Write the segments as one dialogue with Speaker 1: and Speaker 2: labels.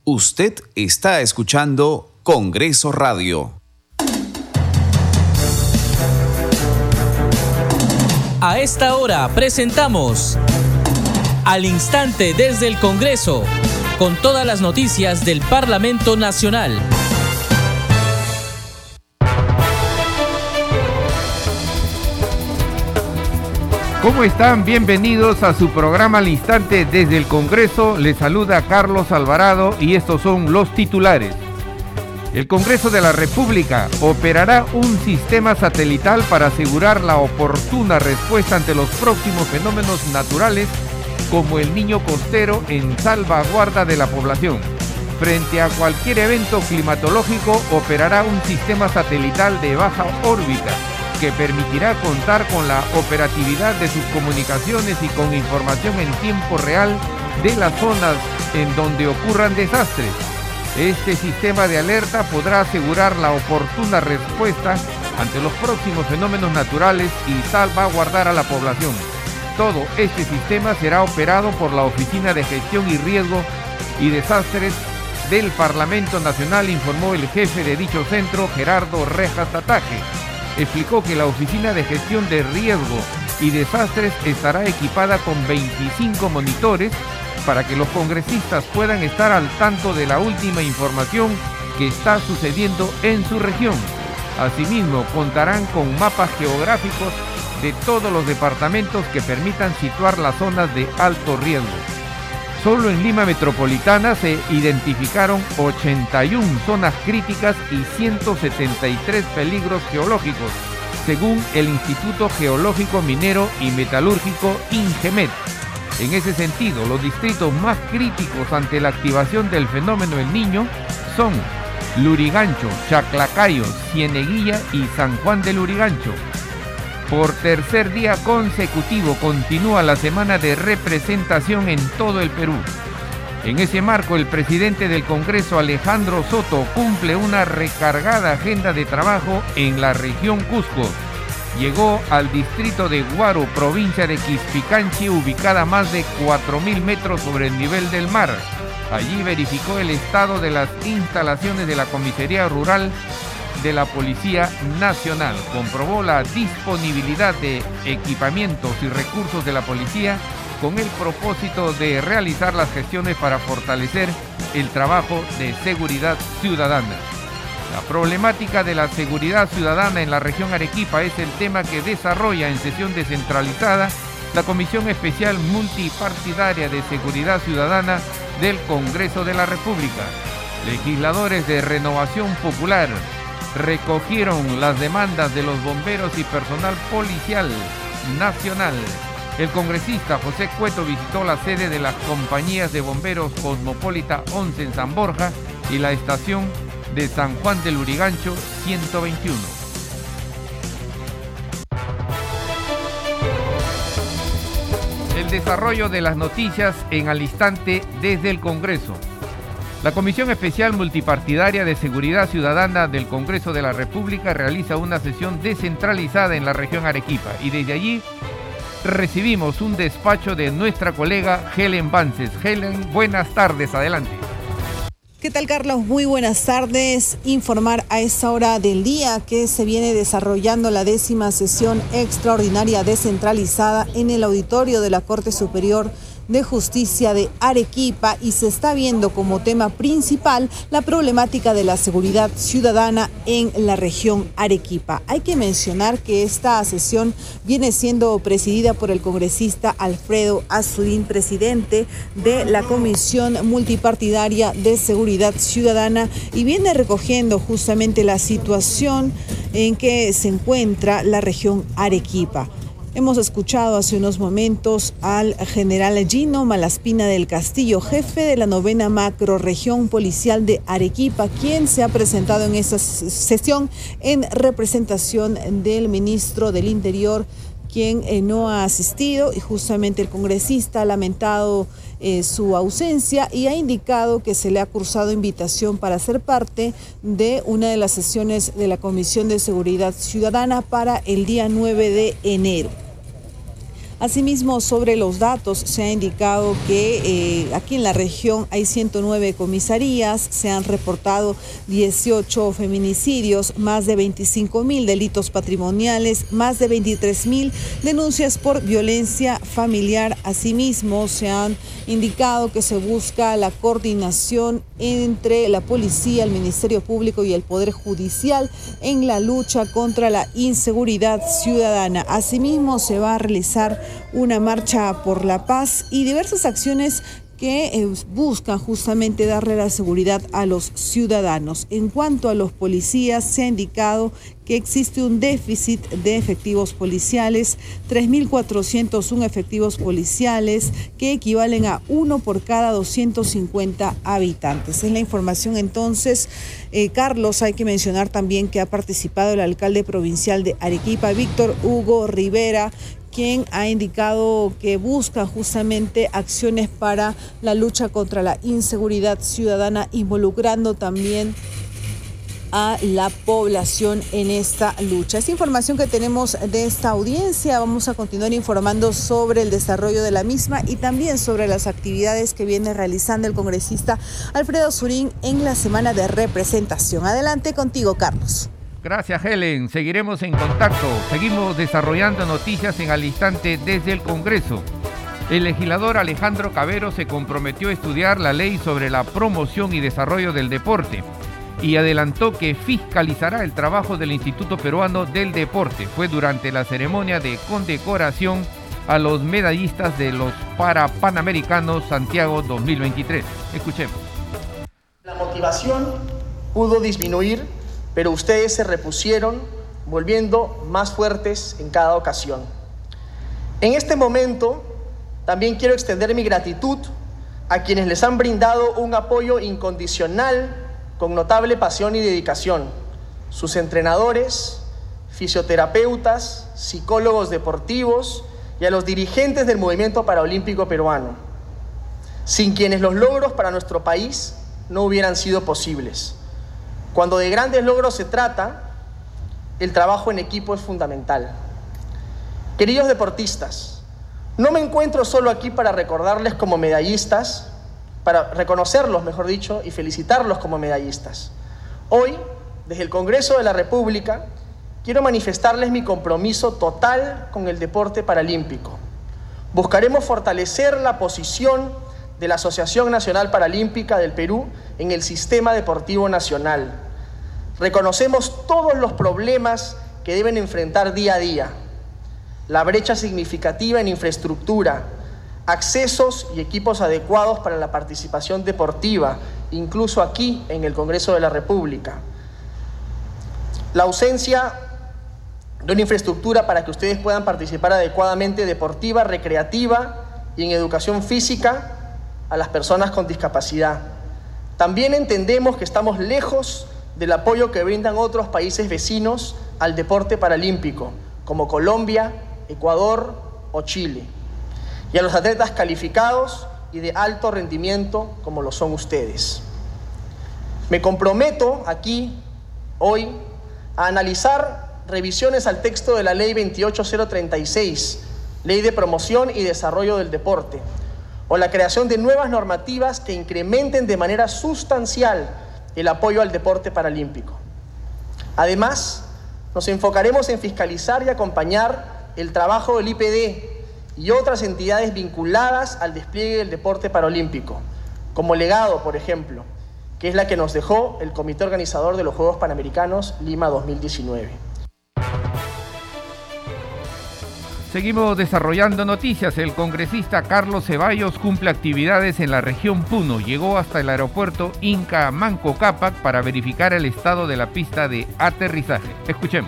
Speaker 1: Usted está escuchando Congreso Radio.
Speaker 2: A esta hora presentamos Al Instante desde el Congreso, con todas las noticias del Parlamento Nacional.
Speaker 3: ¿Cómo están? Bienvenidos a su programa Al Instante desde el Congreso. Les saluda Carlos Alvarado y estos son los titulares. El Congreso de la República operará un sistema satelital para asegurar la oportuna respuesta ante los próximos fenómenos naturales como el Niño costero en salvaguarda de la población. Frente a cualquier evento climatológico operará un sistema satelital de baja órbita que permitirá contar con la operatividad de sus comunicaciones y con información en tiempo real de las zonas en donde ocurran desastres. Este sistema de alerta podrá asegurar la oportuna respuesta ante los próximos fenómenos naturales y salvaguardar a la población. Todo este sistema será operado por la Oficina de Gestión y Riesgo y Desastres del Parlamento Nacional, informó el jefe de dicho centro, Gerardo Rejas Tataje. Explicó que la Oficina de Gestión de Riesgo y Desastres estará equipada con 25 monitores para que los congresistas puedan estar al tanto de la última información que está sucediendo en su región. Asimismo, contarán con mapas geográficos de todos los departamentos que permitan situar las zonas de alto riesgo. Solo en Lima Metropolitana se identificaron 81 zonas críticas y 173 peligros geológicos, según el Instituto Geológico Minero y Metalúrgico INGEMET. En ese sentido, los distritos más críticos ante la activación del fenómeno El Niño son Lurigancho, Chaclacayo, Cieneguilla y San Juan de Lurigancho. Por tercer día consecutivo continúa la semana de representación en todo el Perú. En ese marco, el presidente del Congreso, Alejandro Soto, cumple una recargada agenda de trabajo en la región Cusco. Llegó al distrito de Huaro, provincia de Quispicanchi, ubicada a más de 4.000 metros sobre el nivel del mar. Allí verificó el estado de las instalaciones de la Comisaría Rural de la Policía Nacional. Comprobó la disponibilidad de equipamientos y recursos de la policía con el propósito de realizar las gestiones para fortalecer el trabajo de seguridad ciudadana. La problemática de la seguridad ciudadana en la región Arequipa es el tema que desarrolla en sesión descentralizada la Comisión Especial Multipartidaria de Seguridad Ciudadana del Congreso de la República. Legisladores de Renovación Popular recogieron las demandas de los bomberos y personal policial nacional. El congresista José Cueto visitó la sede de las compañías de bomberos Cosmopolita 11 en San Borja y la estación de San Juan del Lurigancho 121. El desarrollo de las noticias en Al Instante desde el Congreso. La Comisión Especial Multipartidaria de Seguridad Ciudadana del Congreso de la República realiza una sesión descentralizada en la región Arequipa y desde allí recibimos un despacho de nuestra colega Helen Vances. Helen, buenas tardes, adelante.
Speaker 4: ¿Qué tal, Carlos? Muy buenas tardes. Informar a esta hora del día que se viene desarrollando la 10ª sesión extraordinaria descentralizada en el auditorio de la Corte Superior de Justicia de Arequipa y se está viendo como tema principal la problemática de la seguridad ciudadana en la región Arequipa. Hay que mencionar que esta sesión viene siendo presidida por el congresista Alfredo Azurín, presidente de la Comisión Multipartidaria de Seguridad Ciudadana, y viene recogiendo justamente la situación en que se encuentra la región Arequipa. Hemos escuchado hace unos momentos al general Gino Malaspina del Castillo, jefe de la 9ª Macrorregión Policial de Arequipa, quien se ha presentado en esta sesión en representación del ministro del Interior, quien no ha asistido, y justamente el congresista ha lamentado su ausencia y ha indicado que se le ha cursado invitación para ser parte de una de las sesiones de la Comisión de Seguridad Ciudadana para el día 9 de enero. Asimismo, sobre los datos, se ha indicado que aquí en la región hay 109 comisarías, se han reportado 18 feminicidios, más de 25.000 delitos patrimoniales, más de 23.000 denuncias por violencia familiar. Asimismo, se han indicado que se busca la coordinación entre la policía, el Ministerio Público y el Poder Judicial en la lucha contra la inseguridad ciudadana. Asimismo, se va a realizar una marcha por la paz y diversas acciones que buscan justamente darle la seguridad a los ciudadanos. En cuanto a los policías, se ha indicado que existe un déficit de efectivos policiales, 3.401 efectivos policiales, que equivalen a 1 por cada 250 habitantes. Es la información entonces. Carlos, hay que mencionar también que ha participado el alcalde provincial de Arequipa, Víctor Hugo Rivera, quien ha indicado que busca justamente acciones para la lucha contra la inseguridad ciudadana, involucrando también a la población en esta lucha. Esta información que tenemos de esta audiencia, vamos a continuar informando sobre el desarrollo de la misma y también sobre las actividades que viene realizando el congresista Alfredo Surín en la semana de representación. Adelante contigo, Carlos.
Speaker 3: Gracias, Helen. Seguiremos en contacto. Seguimos desarrollando noticias en Al Instante desde el Congreso. El legislador Alejandro Cabero se comprometió a estudiar la ley sobre la promoción y desarrollo del deporte y adelantó que fiscalizará el trabajo del Instituto Peruano del Deporte. Fue durante la ceremonia de condecoración a los medallistas de los Panamericanos Santiago 2023. Escuchemos.
Speaker 5: La motivación pudo disminuir, pero ustedes se repusieron, volviendo más fuertes en cada ocasión. En este momento, también quiero extender mi gratitud a quienes les han brindado un apoyo incondicional con notable pasión y dedicación: sus entrenadores, fisioterapeutas, psicólogos deportivos y a los dirigentes del movimiento paralímpico peruano, sin quienes los logros para nuestro país no hubieran sido posibles. Cuando de grandes logros se trata, el trabajo en equipo es fundamental. Queridos deportistas, no me encuentro solo aquí para recordarles como medallistas, para reconocerlos, mejor dicho, y felicitarlos como medallistas. Hoy, desde el Congreso de la República, quiero manifestarles mi compromiso total con el deporte paralímpico. Buscaremos fortalecer la posición de la Asociación Nacional Paralímpica del Perú en el sistema deportivo nacional. Reconocemos todos los problemas que deben enfrentar día a día: la brecha significativa en infraestructura, accesos y equipos adecuados para la participación deportiva, incluso aquí en el Congreso de la República, la ausencia de una infraestructura para que ustedes puedan participar adecuadamente deportiva, recreativa y en educación física a las personas con discapacidad. También entendemos que estamos lejos del apoyo que brindan otros países vecinos al deporte paralímpico, como Colombia, Ecuador o Chile, y a los atletas calificados y de alto rendimiento como lo son ustedes. Me comprometo aquí, hoy, a analizar revisiones al texto de la Ley 28036, Ley de Promoción y Desarrollo del Deporte, o la creación de nuevas normativas que incrementen de manera sustancial el apoyo al deporte paralímpico. Además, nos enfocaremos en fiscalizar y acompañar el trabajo del IPD y otras entidades vinculadas al despliegue del deporte paralímpico, como Legado, por ejemplo, que es la que nos dejó el Comité Organizador de los Juegos Panamericanos Lima 2019.
Speaker 3: Seguimos desarrollando noticias. El congresista Carlos Ceballos cumple actividades en la región Puno. Llegó hasta el aeropuerto Inca Manco Cápac para verificar el estado de la pista de aterrizaje. Escuchemos.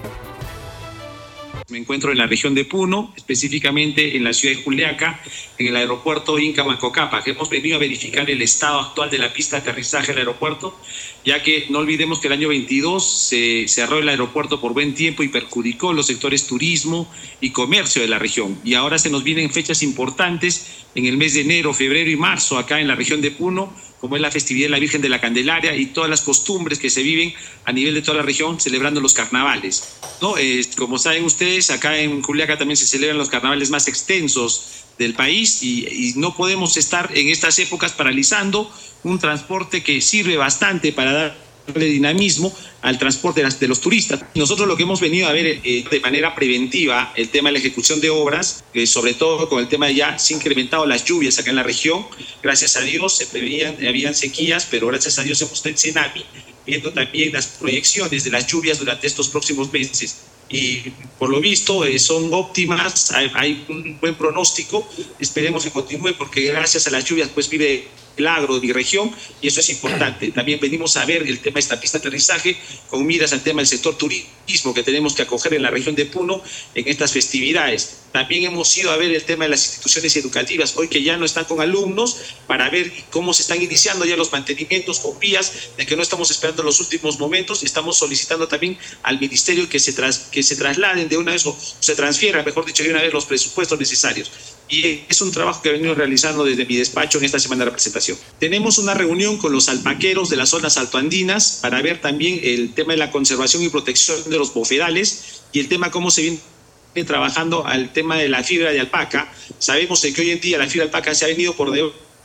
Speaker 6: Me encuentro en la región de Puno, específicamente en la ciudad de Juliaca, en el aeropuerto Inca Manco Cápac. Hemos venido a verificar el estado actual de la pista de aterrizaje del aeropuerto, ya que no olvidemos que el año 22 se cerró el aeropuerto por buen tiempo y perjudicó los sectores turismo y comercio de la región. Y ahora se nos vienen fechas importantes en el mes de enero, febrero y marzo acá en la región de Puno, como es la festividad de la Virgen de la Candelaria y todas las costumbres que se viven a nivel de toda la región celebrando los carnavales, ¿no? Como saben ustedes, acá en Juliaca también se celebran los carnavales más extensos del país y no podemos estar en estas épocas paralizando un transporte que sirve bastante para darle dinamismo al transporte de los turistas. Nosotros lo que hemos venido a ver de manera preventiva, el tema de la ejecución de obras, sobre todo con el tema de ya se han incrementado las lluvias acá en la región. Gracias a Dios se preveían, habían sequías, pero gracias a Dios hemos estado en Senami viendo también las proyecciones de las lluvias durante estos próximos meses. Y por lo visto son óptimas, hay un buen pronóstico, esperemos que continúe porque gracias a las lluvias pues vive el agro de mi región y eso es importante. También venimos a ver el tema de esta pista de aterrizaje con miras al tema del sector turismo que tenemos que acoger en la región de Puno en estas festividades. También hemos ido a ver el tema de las instituciones educativas, hoy que ya no están con alumnos, para ver cómo se están iniciando ya los mantenimientos con vías, de que no estamos esperando los últimos momentos, estamos solicitando también al ministerio que se trasladen de una vez o se transfieran, mejor dicho, de una vez los presupuestos necesarios. Y es un trabajo que he venido realizando desde mi despacho en esta semana de representación. Tenemos una reunión con los alpaqueros de las zonas altoandinas para ver también el tema de la conservación y protección de los bofedales y el tema cómo se viene trabajando al tema de la fibra de alpaca. Sabemos que hoy en día la fibra de alpaca se ha venido por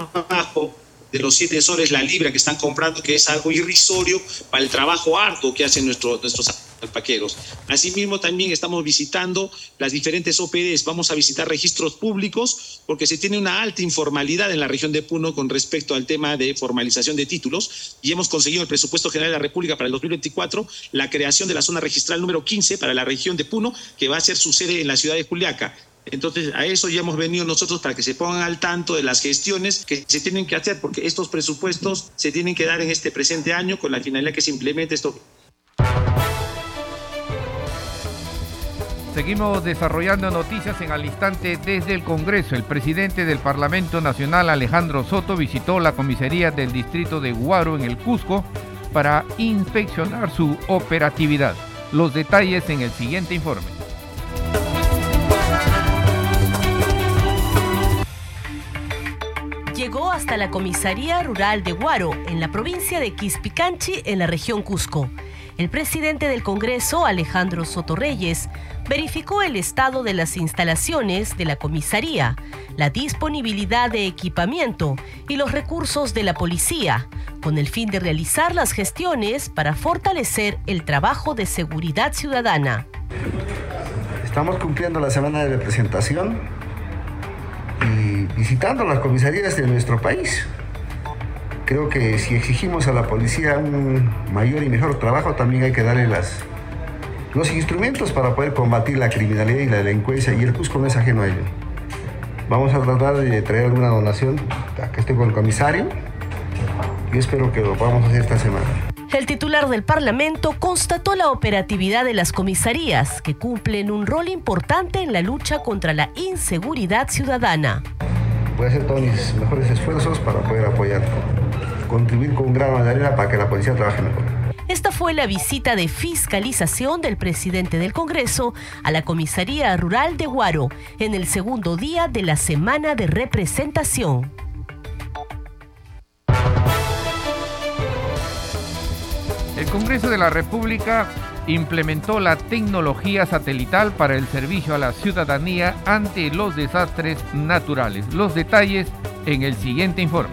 Speaker 6: debajo de los 7 soles la libra que están comprando, que es algo irrisorio para el trabajo arduo que hacen nuestros alpaqueros. Asimismo, también estamos visitando las diferentes OPDs, vamos a visitar registros públicos porque se tiene una alta informalidad en la región de Puno con respecto al tema de formalización de títulos y hemos conseguido el presupuesto general de la República para el 2024 la creación de la zona registral número 15 para la región de Puno, que va a ser su sede en la ciudad de Juliaca. Entonces, a eso ya hemos venido nosotros para que se pongan al tanto de las gestiones que se tienen que hacer, porque estos presupuestos se tienen que dar en este presente año con la finalidad que se implemente esto.
Speaker 3: Seguimos desarrollando noticias en al instante desde el Congreso. El presidente del Parlamento Nacional, Alejandro Soto, visitó la comisaría del distrito de Huaro en el Cusco para inspeccionar su operatividad. Los detalles en el siguiente informe.
Speaker 7: Llegó hasta la comisaría rural de Huaro, en la provincia de Quispicanchi, en la región Cusco. El presidente del Congreso, Alejandro Soto Reyes, verificó el estado de las instalaciones de la comisaría, la disponibilidad de equipamiento y los recursos de la policía, con el fin de realizar las gestiones para fortalecer el trabajo de seguridad ciudadana.
Speaker 8: Estamos cumpliendo la semana de representación y visitando las comisarías de nuestro país. Creo que si exigimos a la policía un mayor y mejor trabajo, también hay que darle los instrumentos para poder combatir la criminalidad y la delincuencia, y el Cusco no es ajeno a ello. Vamos a tratar de traer alguna donación. Acá estoy con el comisario y espero que lo podamos hacer esta semana.
Speaker 7: El titular del Parlamento constató la operatividad de las comisarías, que cumplen un rol importante en la lucha contra la inseguridad ciudadana.
Speaker 8: Voy a hacer todos mis mejores esfuerzos para poder apoyar, contribuir con un grano de arena para que la policía trabaje mejor.
Speaker 7: Esta fue la visita de fiscalización del presidente del Congreso a la comisaría rural de Huaro en el segundo día de la semana de representación.
Speaker 3: El Congreso de la República implementó la tecnología satelital para el servicio a la ciudadanía ante los desastres naturales. Los detalles en el siguiente informe.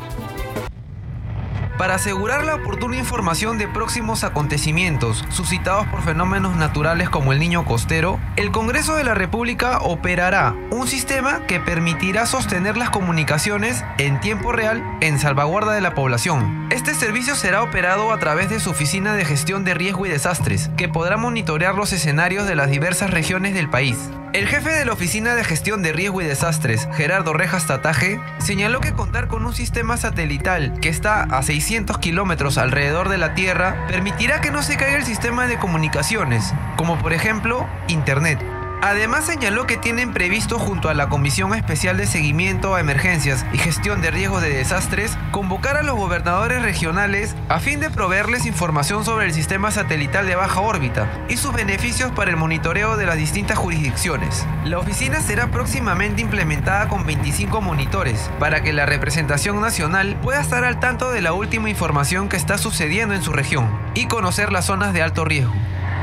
Speaker 9: Para asegurar la oportuna información de próximos acontecimientos suscitados por fenómenos naturales como el Niño Costero, el Congreso de la República operará un sistema que permitirá sostener las comunicaciones en tiempo real en salvaguarda de la población. Este servicio será operado a través de su Oficina de Gestión de Riesgo y Desastres, que podrá monitorear los escenarios de las diversas regiones del país. El jefe de la Oficina de Gestión de Riesgo y Desastres, Gerardo Rejas Tataje, señaló que contar con un sistema satelital que está a 600 kilómetros alrededor de la Tierra permitirá que no se caiga el sistema de comunicaciones, como por ejemplo Internet. Además señaló que tienen previsto junto a la Comisión Especial de Seguimiento a Emergencias y Gestión de Riesgos de Desastres convocar a los gobernadores regionales a fin de proveerles información sobre el sistema satelital de baja órbita y sus beneficios para el monitoreo de las distintas jurisdicciones. La oficina será próximamente implementada con 25 monitores para que la representación nacional pueda estar al tanto de la última información que está sucediendo en su región y conocer las zonas de alto riesgo.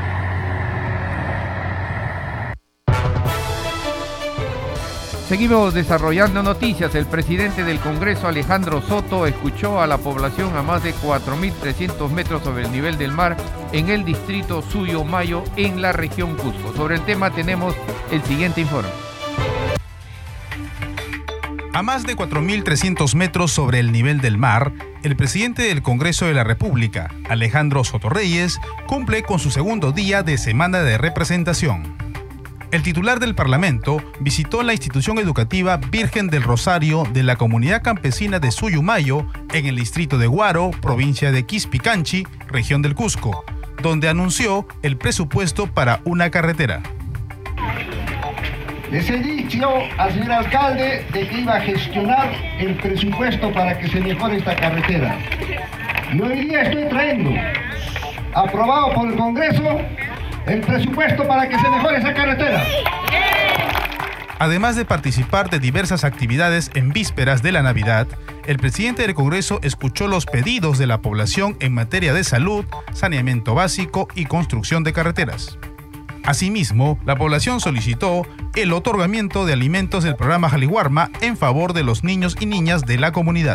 Speaker 3: Seguimos desarrollando noticias. El presidente del Congreso, Alejandro Soto, escuchó a la población a más de 4.300 metros sobre el nivel del mar en el distrito Sullamayo, en la región Cusco. Sobre el tema tenemos el siguiente informe.
Speaker 10: A más de 4.300 metros sobre el nivel del mar, el presidente del Congreso de la República, Alejandro Soto Reyes, cumple con su segundo día de semana de representación. El titular del Parlamento visitó la institución educativa Virgen del Rosario de la comunidad campesina de Sullamayo, en el distrito de Guaro, provincia de Quispicanchi, región del Cusco, donde anunció el presupuesto para una carretera.
Speaker 8: Les he dicho al señor alcalde de que iba a gestionar el presupuesto para que se mejore esta carretera. Y hoy día estoy trayendo, aprobado por el Congreso, el presupuesto para que se mejore esa carretera.
Speaker 10: Además de participar de diversas actividades en vísperas de la Navidad, el presidente del Congreso escuchó los pedidos de la población en materia de salud, saneamiento básico y construcción de carreteras. Asimismo, la población solicitó el otorgamiento de alimentos del programa Jaliwarma en favor de los niños y niñas de la comunidad.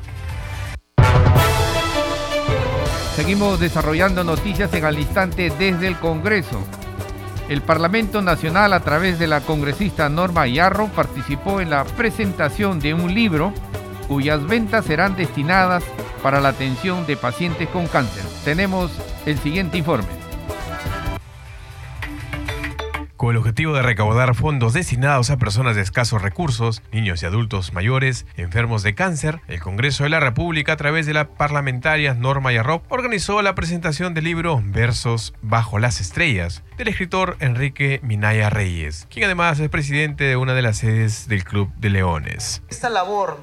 Speaker 3: Seguimos desarrollando noticias en al instante desde el Congreso. El Parlamento Nacional, a través de la congresista Norma Yarro, participó en la presentación de un libro cuyas ventas serán destinadas para la atención de pacientes con cáncer. Tenemos el siguiente informe.
Speaker 11: Con el objetivo de recaudar fondos destinados a personas de escasos recursos, niños y adultos mayores, enfermos de cáncer, el Congreso de la República, a través de la parlamentaria Norma Yarro, organizó la presentación del libro Versos bajo las estrellas, del escritor Enrique Minaya Reyes, quien además es presidente de una de las sedes del Club de Leones.
Speaker 12: Esta labor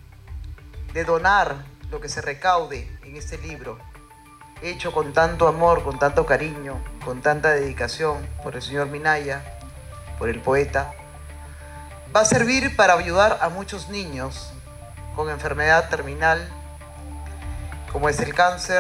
Speaker 12: de donar lo que se recaude en este libro, hecho con tanto amor, con tanto cariño, con tanta dedicación por el señor Minaya, por el poeta, va a servir para ayudar a muchos niños con enfermedad terminal, como es el cáncer.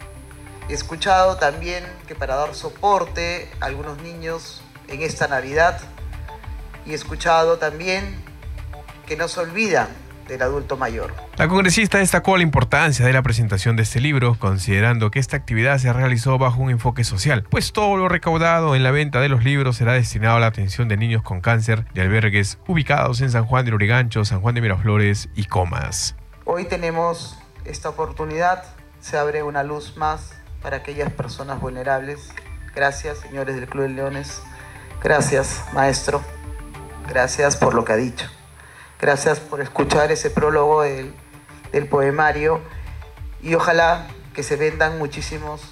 Speaker 12: He escuchado también que para dar soporte a algunos niños en esta Navidad, y he escuchado también que no se olvidan del adulto mayor.
Speaker 11: La congresista destacó la importancia de la presentación de este libro, considerando que esta actividad se realizó bajo un enfoque social, pues todo lo recaudado en la venta de los libros será destinado a la atención de niños con cáncer de albergues ubicados en San Juan de Lurigancho, San Juan de Miraflores y Comas.
Speaker 12: Hoy tenemos esta oportunidad, se abre una luz más para aquellas personas vulnerables. Gracias, señores del Club de Leones. Gracias, maestro. Gracias por lo que ha dicho. Gracias por escuchar ese prólogo del poemario, y ojalá que se vendan muchísimos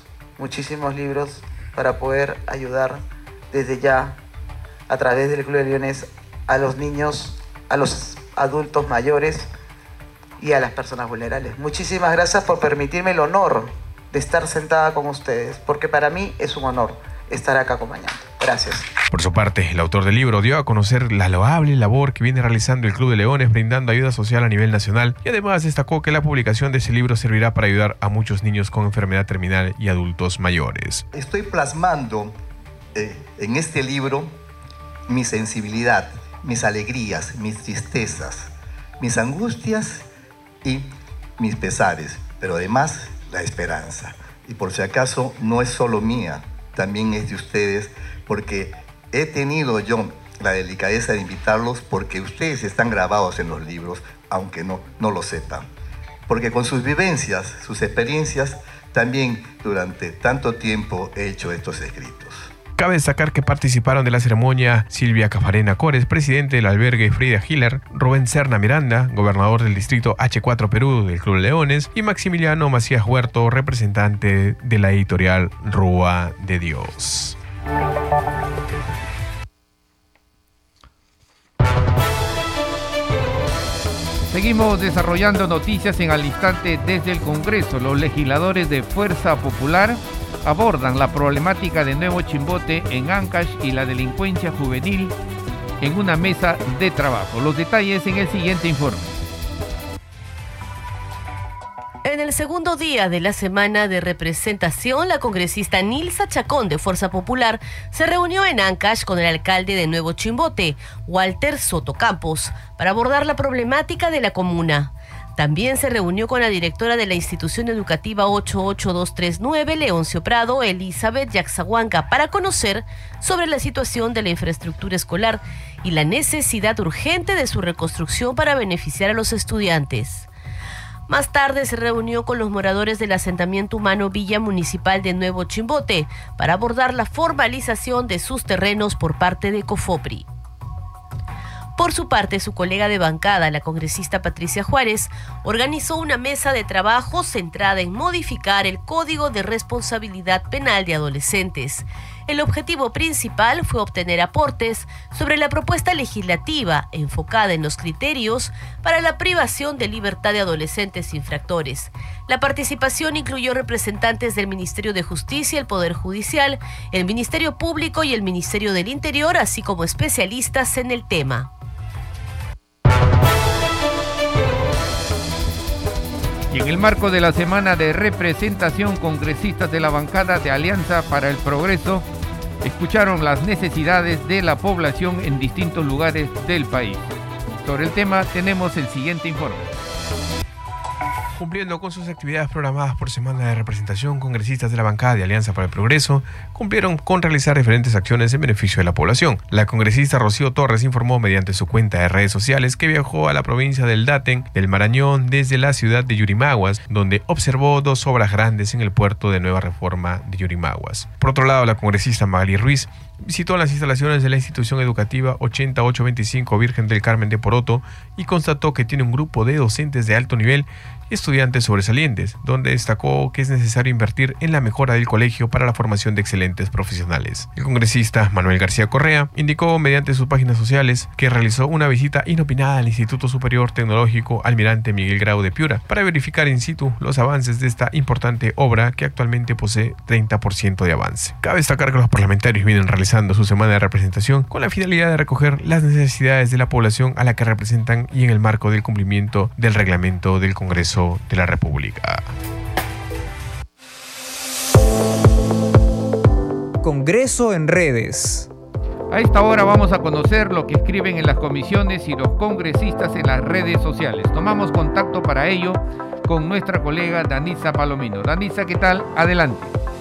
Speaker 12: libros para poder ayudar desde ya a través del Club de Leones a los niños, a los adultos mayores y a las personas vulnerables. Muchísimas gracias por permitirme el honor de estar sentada con ustedes, porque para mí es un honor estar acá acompañando. Gracias.
Speaker 11: Por su parte, el autor del libro dio a conocer la loable labor que viene realizando el Club de Leones, brindando ayuda social a nivel nacional, y además destacó que la publicación de ese libro servirá para ayudar a muchos niños con enfermedad terminal y adultos mayores.
Speaker 13: Estoy plasmando en este libro mi sensibilidad, mis alegrías, mis tristezas, mis angustias y mis pesares, pero además la esperanza. Y por si acaso no es solo mía, también es de ustedes, porque he tenido yo la delicadeza de invitarlos porque ustedes están grabados en los libros, aunque no lo sepan. Porque con sus vivencias, sus experiencias, también durante tanto tiempo he hecho estos escritos.
Speaker 11: Cabe destacar que participaron de la ceremonia Silvia Cafarena Cores, presidente del albergue Frida Hiller, Rubén Serna Miranda, gobernador del distrito H4 Perú del Club Leones, y Maximiliano Macías Huerto, representante de la editorial Rúa de Dios.
Speaker 3: Seguimos desarrollando noticias en al instante desde el Congreso. Los legisladores de Fuerza Popular abordan la problemática de Nuevo Chimbote en Ancash y la delincuencia juvenil en una mesa de trabajo. Los detalles en el siguiente informe.
Speaker 7: En el segundo día de la semana de representación, la congresista Nilsa Chacón de Fuerza Popular se reunió en Ancash con el alcalde de Nuevo Chimbote, Walter Soto Campos, para abordar la problemática de la comuna. También se reunió con la directora de la institución educativa 88239, Leoncio Prado, Elizabeth Yaxahuanca, para conocer sobre la situación de la infraestructura escolar y la necesidad urgente de su reconstrucción para beneficiar a los estudiantes. Más tarde se reunió con los moradores del asentamiento humano Villa Municipal de Nuevo Chimbote para abordar la formalización de sus terrenos por parte de Cofopri. Por su parte, su colega de bancada, la congresista Patricia Juárez, organizó una mesa de trabajo centrada en modificar el Código de Responsabilidad Penal de Adolescentes. El objetivo principal fue obtener aportes sobre la propuesta legislativa enfocada en los criterios para la privación de libertad de adolescentes infractores. La participación incluyó representantes del Ministerio de Justicia, el Poder Judicial, el Ministerio Público y el Ministerio del Interior, así como especialistas en el tema.
Speaker 3: Y en el marco de la semana de representación, congresistas de la bancada de Alianza para el Progreso escucharon las necesidades de la población en distintos lugares del país. Sobre el tema tenemos el siguiente informe.
Speaker 11: Cumpliendo con sus actividades programadas por semana de representación, congresistas de la bancada de Alianza para el Progreso cumplieron con realizar diferentes acciones en beneficio de la población. La congresista Rocío Torres informó mediante su cuenta de redes sociales que viajó a la provincia del Daten, del Marañón, desde la ciudad de Yurimaguas, donde observó 2 obras grandes en el puerto de Nueva Reforma de Yurimaguas. Por otro lado, la congresista Magali Ruiz visitó las instalaciones de la institución educativa 8825 Virgen del Carmen de Poroto y constató que tiene un grupo de docentes de alto nivel y estudiantes sobresalientes, donde destacó que es necesario invertir en la mejora del colegio para la formación de excelentes profesionales. El congresista Manuel García Correa indicó mediante sus páginas sociales que realizó una visita inopinada al Instituto Superior Tecnológico Almirante Miguel Grau de Piura para verificar in situ los avances de esta importante obra que actualmente posee 30% de avance. Cabe destacar que los parlamentarios vienen realizando su semana de representación con la finalidad de recoger las necesidades de la población a la que representan y en el marco del cumplimiento del reglamento del Congreso de la República.
Speaker 14: Congreso en redes.
Speaker 3: A esta hora vamos a conocer lo que escriben en las comisiones y los congresistas en las redes sociales. Tomamos contacto para ello con nuestra colega Danisa Palomino. Danisa, ¿qué tal? Adelante.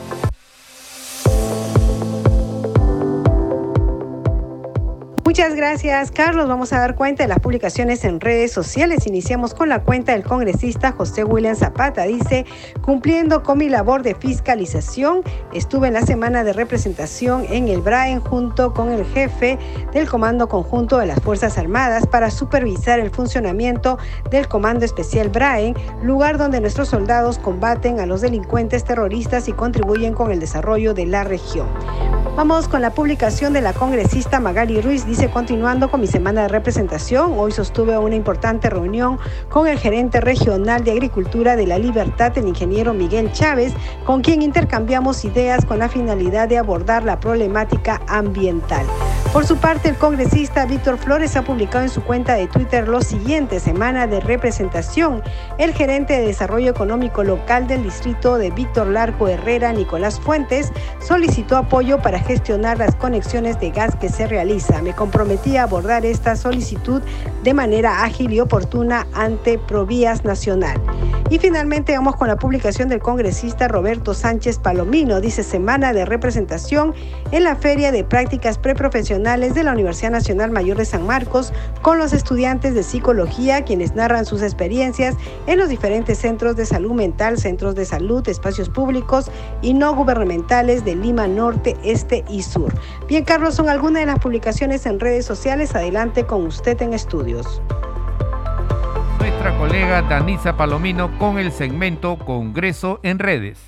Speaker 15: Muchas gracias, Carlos. Vamos a dar cuenta de las publicaciones en redes sociales. Iniciamos con la cuenta del congresista José William Zapata. Dice: cumpliendo con mi labor de fiscalización, estuve en la semana de representación en el Braen junto con el jefe del Comando Conjunto de las Fuerzas Armadas para supervisar el funcionamiento del Comando Especial Braen, lugar donde nuestros soldados combaten a los delincuentes terroristas y contribuyen con el desarrollo de la región. Vamos con la publicación de la congresista Magali Ruiz. Dice: continuando con mi semana de representación, hoy sostuve una importante reunión con el gerente regional de Agricultura de La Libertad, el ingeniero Miguel Chávez, con quien intercambiamos ideas con la finalidad de abordar la problemática ambiental. Por su parte, el congresista Víctor Flores ha publicado en su cuenta de Twitter lo siguiente: semana de representación. El gerente de Desarrollo Económico Local del distrito de Víctor Larco Herrera, Nicolás Fuentes, solicitó apoyo para gestionar las conexiones de gas que se realiza. Me comprometí a abordar esta solicitud de manera ágil y oportuna ante Provías Nacional. Y finalmente vamos con la publicación del congresista Roberto Sánchez Palomino. Dice: semana de representación en la Feria de Prácticas Preprofesionales de la Universidad Nacional Mayor de San Marcos, con los estudiantes de psicología, quienes narran sus experiencias en los diferentes centros de salud mental, centros de salud, espacios públicos y no gubernamentales de Lima Norte, Este y Sur. Bien, Carlos, son algunas de las publicaciones en redes sociales. Adelante con usted en estudios.
Speaker 3: Nuestra colega Danisa Palomino con el segmento Congreso en Redes.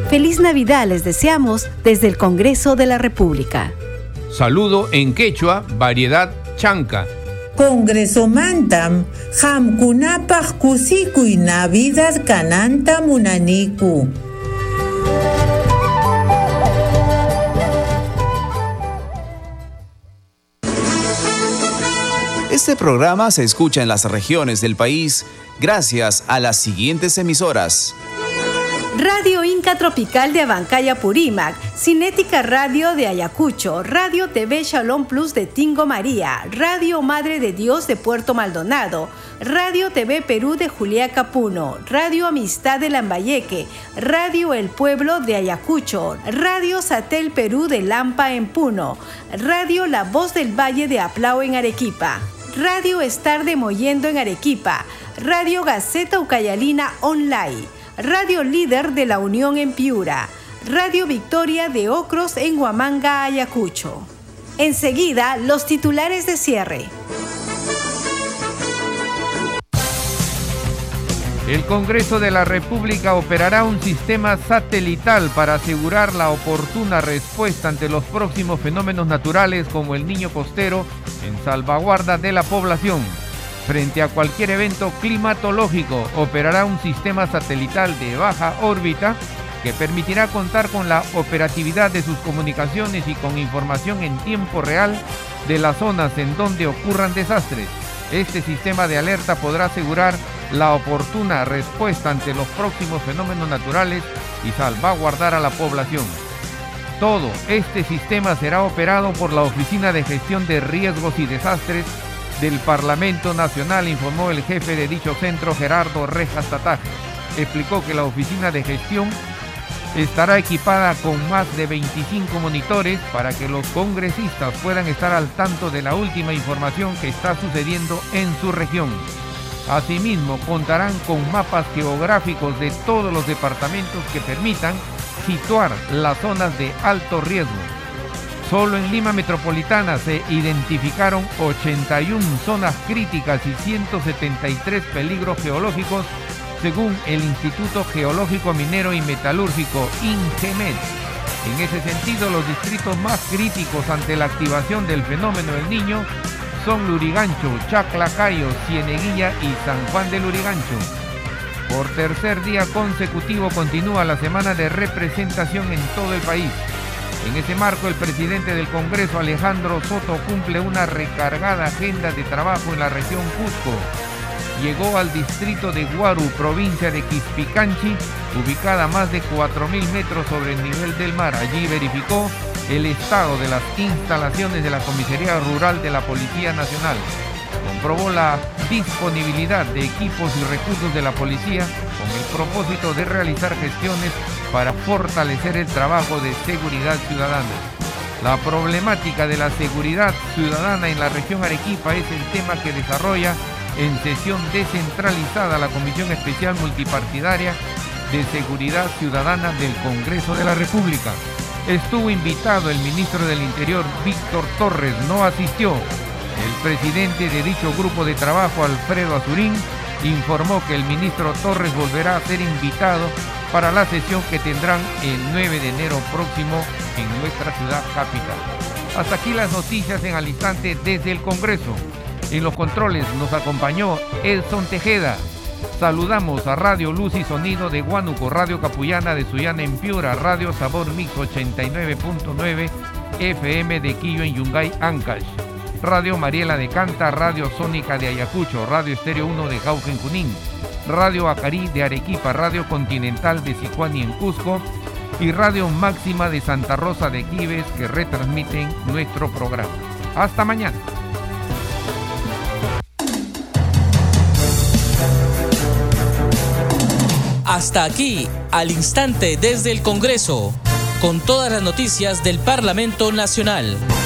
Speaker 15: Feliz Navidad les deseamos desde el Congreso de la República.
Speaker 3: Saludo en quechua, variedad chanca.
Speaker 16: Congreso mantam, hamkunapaj kusikuy Navidad kananta munaniku.
Speaker 1: Este programa se escucha en las regiones del país gracias a las siguientes emisoras:
Speaker 15: Radio Inca Tropical de Abancaya Purímac, Cinética Radio de Ayacucho, Radio TV Shalom Plus de Tingo María, Radio Madre de Dios de Puerto Maldonado, Radio TV Perú de Juliaca Puno, Radio Amistad de Lambayeque, Radio El Pueblo de Ayacucho, Radio Satel Perú de Lampa en Puno, Radio La Voz del Valle de Aplao en Arequipa, Radio Estar de Mollendo en Arequipa, Radio Gaceta Ucayalina Online, Radio Líder de la Unión en Piura, Radio Victoria de Ocros en Huamanga, Ayacucho. Enseguida, los titulares de cierre.
Speaker 3: El Congreso de la República operará un sistema satelital para asegurar la oportuna respuesta ante los próximos fenómenos naturales como el Niño Costero en salvaguarda de la población. Frente a cualquier evento climatológico, operará un sistema satelital de baja órbita que permitirá contar con la operatividad de sus comunicaciones y con información en tiempo real de las zonas en donde ocurran desastres. Este sistema de alerta podrá asegurar la oportuna respuesta ante los próximos fenómenos naturales y salvaguardar a la población. Todo este sistema será operado por la Oficina de Gestión de Riesgos y Desastres del Parlamento Nacional, informó el jefe de dicho centro, Gerardo Rejas Tataj. Explicó que la Oficina de Gestión estará equipada con más de 25 monitores para que los congresistas puedan estar al tanto de la última información que está sucediendo en su región. Asimismo, contarán con mapas geográficos de todos los departamentos que permitan situar las zonas de alto riesgo. Solo en Lima Metropolitana se identificaron 81 zonas críticas y 173 peligros geológicos, según el Instituto Geológico Minero y Metalúrgico, INGEMET. En ese sentido, los distritos más críticos ante la activación del fenómeno del Niño son Lurigancho, Chaclacayo, Cieneguilla y San Juan de Lurigancho. Por tercer día consecutivo continúa la semana de representación en todo el país. En ese marco, el presidente del Congreso, Alejandro Soto, cumple una recargada agenda de trabajo en la región Cusco. Llegó al distrito de Huaru, provincia de Quispicanchi, ubicada a más de 4.000 metros sobre el nivel del mar. Allí verificó el estado de las instalaciones de la Comisaría Rural de la Policía Nacional. Comprobó la disponibilidad de equipos y recursos de la policía con el propósito de realizar gestiones para fortalecer el trabajo de seguridad ciudadana. La problemática de la seguridad ciudadana en la región Arequipa es el tema que desarrolla en sesión descentralizada la Comisión Especial Multipartidaria de Seguridad Ciudadana del Congreso de la República. Estuvo invitado el ministro del Interior, Víctor Torres, no asistió. El presidente de dicho grupo de trabajo, Alfredo Azurín, informó que el ministro Torres volverá a ser invitado para la sesión que tendrán el 9 de enero próximo en nuestra ciudad capital. Hasta aquí las noticias en al instante desde el Congreso. En los controles nos acompañó Elson Tejeda. Saludamos a Radio Luz y Sonido de Huánuco, Radio Capullana de Sullana en Piura, Radio Sabor Mix 89.9 FM de Quillo en Yungay, Ancash, Radio Mariela de Canta, Radio Sónica de Ayacucho, Radio Estéreo 1 de Jauja en Junín, Radio Acarí de Arequipa, Radio Continental de Sicuani en Cusco y Radio Máxima de Santa Rosa de Quives, que retransmiten nuestro programa. Hasta mañana.
Speaker 2: Hasta aquí, al instante desde el Congreso, con todas las noticias del Parlamento Nacional.